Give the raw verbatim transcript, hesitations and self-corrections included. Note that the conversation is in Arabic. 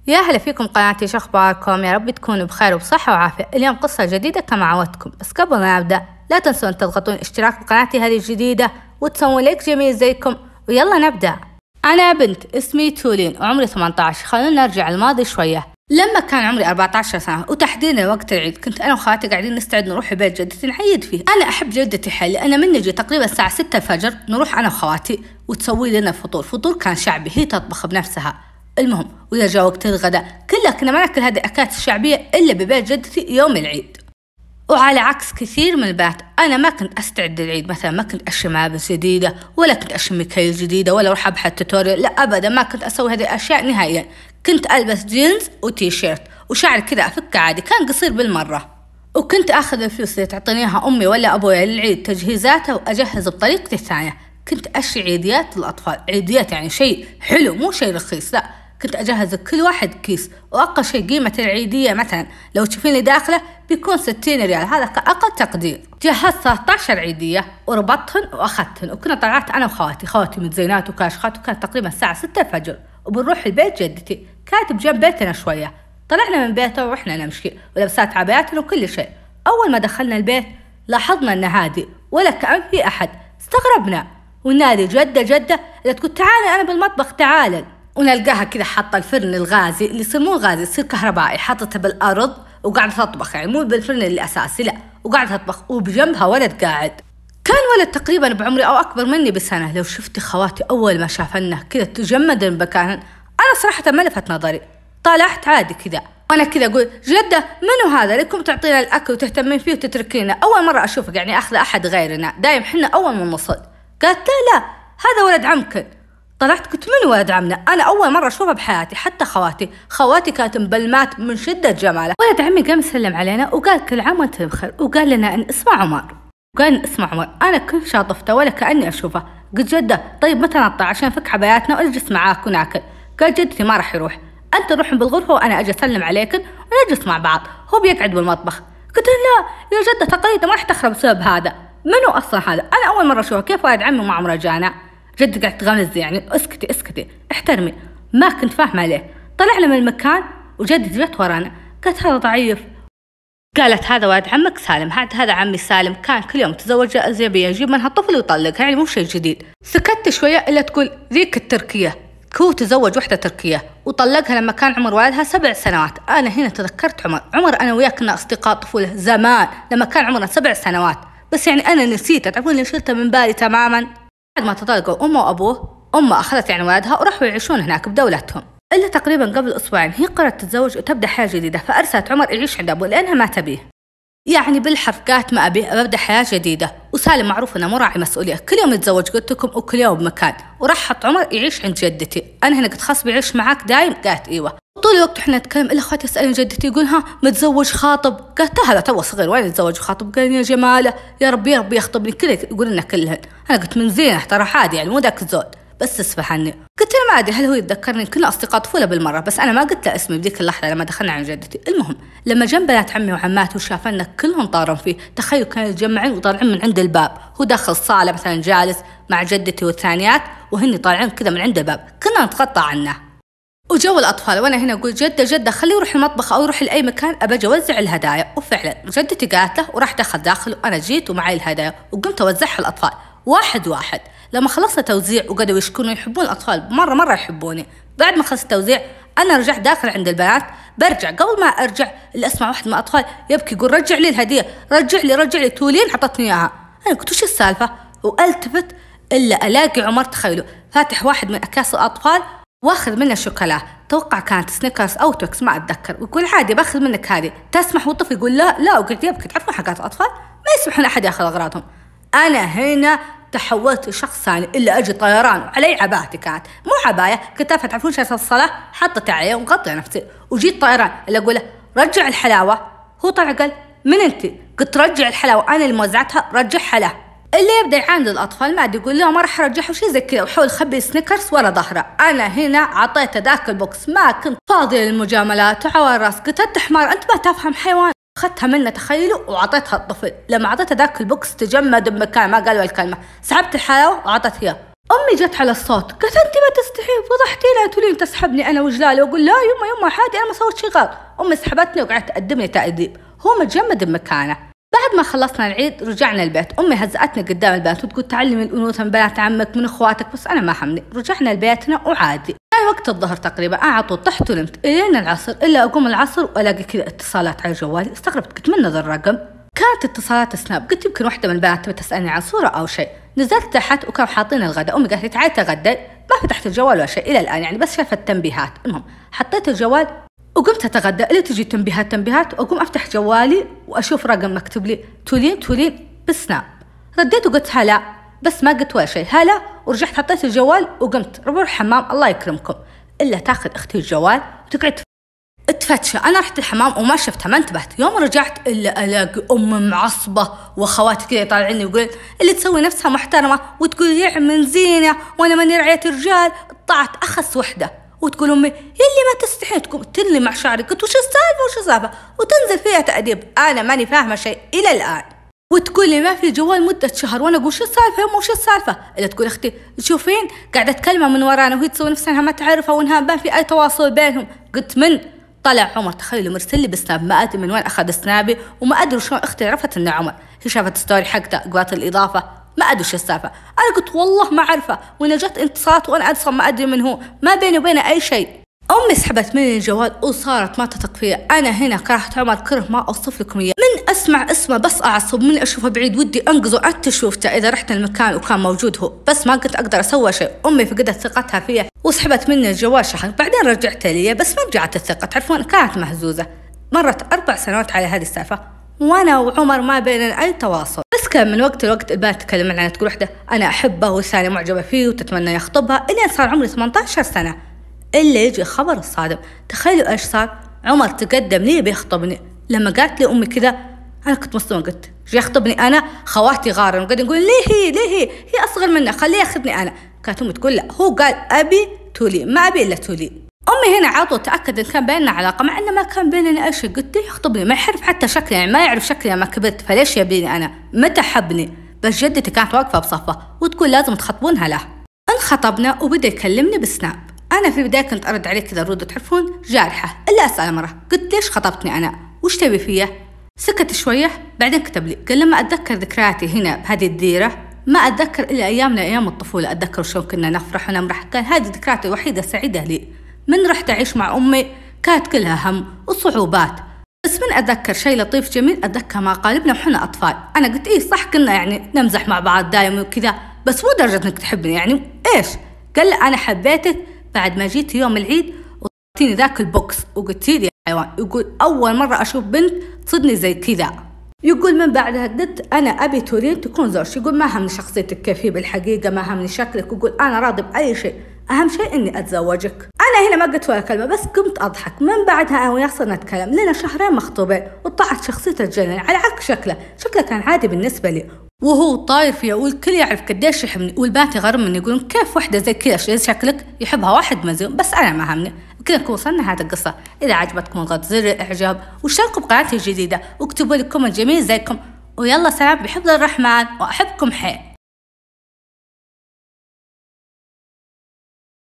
يا هلا فيكم قناتي، شو اخباركم؟ يا رب تكونوا بخير وبصحة وعافية. اليوم قصة جديدة كما عودتكم، بس قبل ما نبدأ لا تنسوا ان تضغطون اشتراك بقناتي هذه الجديدة وتسوون لايك جميل زيكم، ويلا نبدأ. أنا بنت اسمي تولين وعمري ثمانية عشر. خلونا نرجع الماضي شوية. لما كان عمري أربعة عشر سنة وتحديدا وقت العيد، كنت أنا وخالتي قاعدين نستعد نروح بيت جدتي نعيد فيه. أنا أحب جدتي حيل، لأن من نجي تقريبا الساعة ستة الفجر نروح أنا وخواتي وتسوي لنا فطور. فطور كان شعبي، هي تطبخ بنفسها. المهم وإذا جاء وقت الغداء كلها كنا ما ناكل هذه الأكلات الشعبية إلا ببيت جدتي يوم العيد. وعلى عكس كثير من البنات، أنا ما كنت أستعد للعيد. مثلا ما كنت أشتري ملابس جديدة، ولا كنت أشتري مكيال جديدة، ولا أروح أبحث توتوريال، لا أبدا ما كنت أسوي هذه الأشياء نهائيا. كنت ألبس جينز وتي شيرت وشعر كذا أفكه عادي، كان قصير بالمرة. وكنت أخذ الفلوس اللي تعطينيها أمي ولا أبويا للعيد تجهيزاتها وأجهز بطريقتي الثانية. كنت أشتري عيديات للأطفال، عيديات يعني شيء حلو مو شيء رخيص، لا كنت أجهز كل واحد كيس، وأقل شيء قيمة العيدية مثلا لو تشوفيني داخله بيكون ستين ريال، هذا كأقل تقدير. جهزت ثلاثة عشر عيدية وربطتهن وأخذتهن، وكنا طلعت أنا وخواتي، خواتي متزينات وكاشخات، وكانت تقريبا الساعة ستة الفجر وبنروح البيت جدتي، كانت بجنب بيتنا شوية. طلعنا من بيتها ورحنا نمشي ولبسات عباياتنا وكل شيء. أول ما دخلنا البيت لاحظنا أنه هادي ولا كأن في أحد، استغربنا ونادي جدة جدة اللي تقول تعالي أنا بالمطبخ تعالي، ونلقاها كذا حاطة الفرن الغازي اللي يصير مو غازي يصير كهربائي، حاطته بالأرض وقاعدة تطبخ، يعني مو بالفرن اللي أساسي لا، وقاعدة تطبخ وبجنبها ولد قاعد. كان ولد تقريبا بعمري أو أكبر مني بسنة. لو شفتي خواتي أول ما شافنا كذا تجمد بمكانهن، أنا صراحة ما لفت نظري، طالعت عادي كذا، وأنا كذا أقول جدة منو هذا لكم تعطينا الأكل وتهتمين فيه وتتركينا؟ أول مرة أشوفك يعني أخذ أحد غيرنا، دايم حنا أول ما نوصل. قالت لا لا هذا ولد عمك. طلعت قلت من ولد عمنا؟ أنا أول مرة أشوفه بحياتي. حتى خواتي خواتي كانت مبلمات من شدة جماله. ولد عمي قام يسلم علينا وقال كل عام وأنت بخير، وقال لنا إن اسمه عمر، وقال إن اسمه عمر. أنا كنت شاطفته ولا كأني أشوفه. قلت جدة طيب متى نطلع عشان نفك حباياتنا ونجلس معاك وناكل؟ قال جدتي ما راح يروح، أنت روح بالغرفة وأنا أجي أسلم عليكن ونجلس مع بعض، هو بيقعد بالمطبخ. قلت لا يا جدة تقريبا ما راح تخرب بسبب هذا. منو أصلا هذا؟ أنا أول مرة أشوفه، كيف ولد عمي وما عمره جانا؟ جدي قاعد تغمز يعني اسكتي اسكتي احترمي. ما كنت فاهمة ليه. طلعنا من المكان وجدتي جت ورانا قالت هذا ضعيف. قالت هذا ولد عمك سالم، هذا هذا عمي سالم، كان كل يوم تزوج أزيبية يجيب منها طفل ويطلقها، يعني مو شيء جديد. سكت شوية إلا تقول ذيك التركية، هو تزوج وحدة تركية وطلقها لما كان عمر ولدها سبع سنوات. أنا هنا تذكرت عمر عمر أنا وياه كنا أصدقاء طفولة زمان لما كان عمرنا سبع سنوات، بس يعني أنا نسيته، تعرفون اللي شلته من بالي تماما. بعد ما تطلقوا أمه وأبوه، أمه أخذت يعني ولدها وراحوا يعيشون هناك بدولتهم. إلا تقريبا قبل أسبوعين هي قررت تتزوج وتبدأ حياة جديدة، فأرسلت عمر يعيش عند أبوه لأنها ما تبيه، يعني بالحرف قالت ما أبيه، أبدأ حياة جديدة. وسالم معروف أنه مراعي مسؤولية، كل يوم يتزوج قلت لكم وكل يوم بمكان. ورحت عمر يعيش عند جدتي. أنا هنا قلت خلاص بيعيش معاك دايم؟ قالت إيوه. طول الوقت إحنا نتكلم إلا أخواتي يسألني جدتي يقول ها متزوج خاطب؟ قالت هذا تو صغير وين يتزوج خاطب؟ قال يا جماله يا ربي يا ربي يخطبني كذا يقول لنا كلهن. أنا قلت من زينه ترى عادي يعني مو ذاك الزود، بس اسفه عني. قلت له ما أدري هل هو يتذكرني، كنا أصدقاء طفولة بالمرة، بس أنا ما قلت له اسمي بذيك اللحظة لما دخلنا عند جدتي. المهم لما جنب بنات عمي وعماتي وشافنا كلهم طاروا فيه، تخيلوا كانوا يتجمعين وطالعين من عند الباب، هو داخل الصالة مثلا جالس مع جدتي والثانيات وهني طالعين كذا من عند الباب، كنا نتغطى عنه. وجو الأطفال وأنا هنا أقول جدة جدة خليه يروح المطبخ أو يروح لأي مكان أبى أوزع الهدايا. وفعلا جدتي قالت له وراح دخل داخل، وأنا جيت ومعي الهدايا وقمت أوزعها الأطفال واحد واحد. لما خلصنا توزيع وقدروا يشكونوا يحبون الأطفال مرة مرة يحبوني. بعد ما خلصت التوزيع أنا رجعت داخل عند البنات، برجع قبل ما أرجع اللي أسمع واحد من الأطفال يبكي يقول رجع لي الهدية، رجع لي رجع لي تولين عطتني إياها. أنا قلت وش السالفة؟ وألتفت إلا ألاقي عمر تخيلوا فاتح واحد من أكياس الأطفال واخذ منه شوكولا، توقع كانت سنيكرز أو توكس ما أتذكر، ويقول عادي باخذ منك هذه تسمح؟ والطفل يقول لا لا، وقعد يبكي. تعرفون حاجات الأطفال ما يسمحون أحد ياخذ أغراضهم. أنا هنا تحولت لشخص ثاني، إلا أجي طيران وعلي عبايتي، كانت مو عباية كتافة تعرفون شاشة الصلاة حطت عليها ومغطية نفسي، وجيت طيران اللي أقوله رجع الحلاوة. هو طلع قال من أنت؟ قلت رجع الحلاوة أنا اللي موزعتها رجعها له. اللي يبدأ يعاند الأطفال ما عاد يقول لا ما راح أرجعه شيء زي كذا وحاول خبي سنيكرز ولا ظهره. أنا هنا عطيته ذاك البوكس، ما كنت فاضية للمجاملات وعوار راس. قلت أنت حمار أنت ما تفهم حيوان. أخذتها منه تخيلوا وعطيتها الطفل. لما عطيته ذاك البوكس تجمد بمكان ما قالوا الكلمة، سحبت الحلاوة وعطيت إياه امي جت على الصوت قالت انت ما تستحي، فضحتي لها تقولين تسحبني انا وجلالي، واقول لا يما يما حادي انا ما سويت شي غلط. امي سحبتني وقعدت تقدم لي تأديب، هو متجمد بمكانه. بعد ما خلصنا العيد رجعنا البيت، امي هزأتني قدام البنات وتقول تعلمي الانوثه من بنات عمك من اخواتك، بس انا ما حمني. رجعنا لبيتنا وعادي. كان وقت الظهر تقريبا، انا على طول طحت ونمت الين العصر، الا اقوم العصر والاقي كذا اتصالات على جوالي. استغربت قلت من ذا الرقم؟ كانت اتصالات سناب، قلت يمكن واحده من البنات تبي تسالني عن صوره او شيء. نزلت تحت وكانوا حاطين الغداء، امي قالت لي تعالي تغدي. ما فتحت الجوال ولا شيء الى الان يعني، بس شايفه التنبيهات. المهم حطيت الجوال وقمت اتغدى، اللي تجي تنبيهات تنبيهات، واقوم افتح جوالي واشوف رقم مكتوب لي تولين تولين بالسناب. رديت وقلت هلا، بس ما قلت ولا شيء، هلا. ورجعت حطيت الجوال وقمت بروح الحمام. الله يكرمكم الا تاخذ اختي الجوال وتقعد تفتشه. انا رحت الحمام وما شفتها، ما انتبهت. يوم رجعت الا الاقي ام معصبه واخواتي كذا يطالعيني ويقول اللي تسوي نفسها محترمه وتقول يعمل زينه وانا ماني رعيه رجال. طلعت اخس وحده وتقول امي يلي ما تستحي تقوم تلي مع شعري. قلت وش السالفه وش السالفه، وتنزل فيها تأديب. انا ماني فاهمه شيء الى الان. وتقول لي ما في جوال مده شهر، وانا اقول وش السالفه يما وش السالفه. الا تقول اختي تشوفين قاعده تكلمها من ورانا وهي تسوي نفسها انها ما تعرفها وانها ما في اي تواصل بينهم. قلت من طلع عمر، تخيلوا مرسل لي بسناب، ما ادري من وين اخذ سنابي، وما ادري شلون اختي عرفت انه عمر. هي شافت ستوري حقته قوات الاضافه، ما ادري وش السالفه. انا قلت والله ما اعرفه، وانا جت اتصالات وانا اصلا ما ادري من هو، ما بيني وبينه اي شيء. امي سحبت مني الجوال وصارت ما تثق فيا. انا هنا كرهت عمر كره ما اوصف لكم اياه، من اسمع اسمه بس اعصب، من اشوفه بعيد ودي انقذه. عدت شوفته اذا رحت المكان وكان موجود هو، بس ما كنت اقدر اسوي شيء. امي فقدت ثقتها فيا وسحبت مني الجوال شهر، بعدين رجعت لي بس ما رجعت الثقه. تعرفون كانت مهزوزه. مرت اربع سنوات على هذه السالفه وانا وعمر ما بيننا اي تواصل. بس كان من وقت لوقت البنات تكلم عنها، تقول وحده انا احبه والثانيه معجبه فيه وتتمنى يخطبها، الين صار عمري ثمانية عشر سنه. الا يجي خبر الصادم. تخيلوا ايش صار، عمر تقدم لي بيخطبني. لما قالت لي امي كذا انا كنت مصدومه، قلت جاي يخطبني انا؟ خواتي غارن وقاعدين نقول ليه هي ليه هي هي اصغر منه خليه ياخذني انا. كانت امي تقول لا هو قال ابي تولي، ما ابي الا تولي. امي هنا عاطوا تاكد ان كان بيننا علاقه، مع انه ما كان بيننا اي شيء. قلت ليه يخطبني؟ ما يعرف حتى شكلي، يعني ما يعرف شكلي لما كبرت، فليش يبيني انا؟ متى حبني؟ بس جدتي كانت واقفه بصفه وتقول لازم تخطبونها له. انخطبنا وبدا يكلمني بسناب. انا في البدايه كنت ارد عليه كذا رد تعرفون جارحه، الا اسال مره قلت ليش خطبتني انا؟ وش تبي فيا؟ سكت شويه بعدين كتب لي قال لما اتذكر ذكرياتي هنا بهذه الديره ما اتذكر الا ايامنا ايام الطفوله، اتذكر شلون كنا نفرح ونمرح. كان هذه ذكرياتي الوحيده السعيده لي. من رحت اعيش مع امي كانت كلها هم وصعوبات، بس من اتذكر شيء لطيف جميل اتذكر ما قالبنا وحنا اطفال. انا قلت ايه صح كنا يعني نمزح مع بعض دايما وكذا، بس مو درجه انك تحبني يعني ايش. قال انا حبيتك بعد ما جيت يوم العيد وطيني ذاك البوكس وقلتي لي يا حيوان. يقول اول مره اشوف بنت تصدني زي كذا. يقول من بعدها قلت انا ابي تورين تكون زوجتي. يقول ما همني شخصيتك كيف هي بالحقيقه، ما همني شكلك. يقول انا راضي باي شيء، اهم شيء اني اتزوجك. انا هنا ما قلت ولا كلمه بس قمت اضحك. من بعدها انا وياه صرنا نتكلم لنا شهرين مخطوبين، وطلعت شخصيته تجنن على عكس شكله. شكله كان عادي بالنسبه لي وهو طاير فيها، والكل يعرف قديش يحبني، والبنات يغرمني يقولون كيف وحده زي كذا زي شكلك يحبها واحد مزيون. بس انا ما همني. بكذا نكون وصلنا هذه القصه. اذا عجبتكم اضغطوا زر الاعجاب واشتركوا بقناتي الجديده واكتبوا لي كومنت جميل زيكم. ويلا سلام بحفظ الرحمن واحبكم حيل.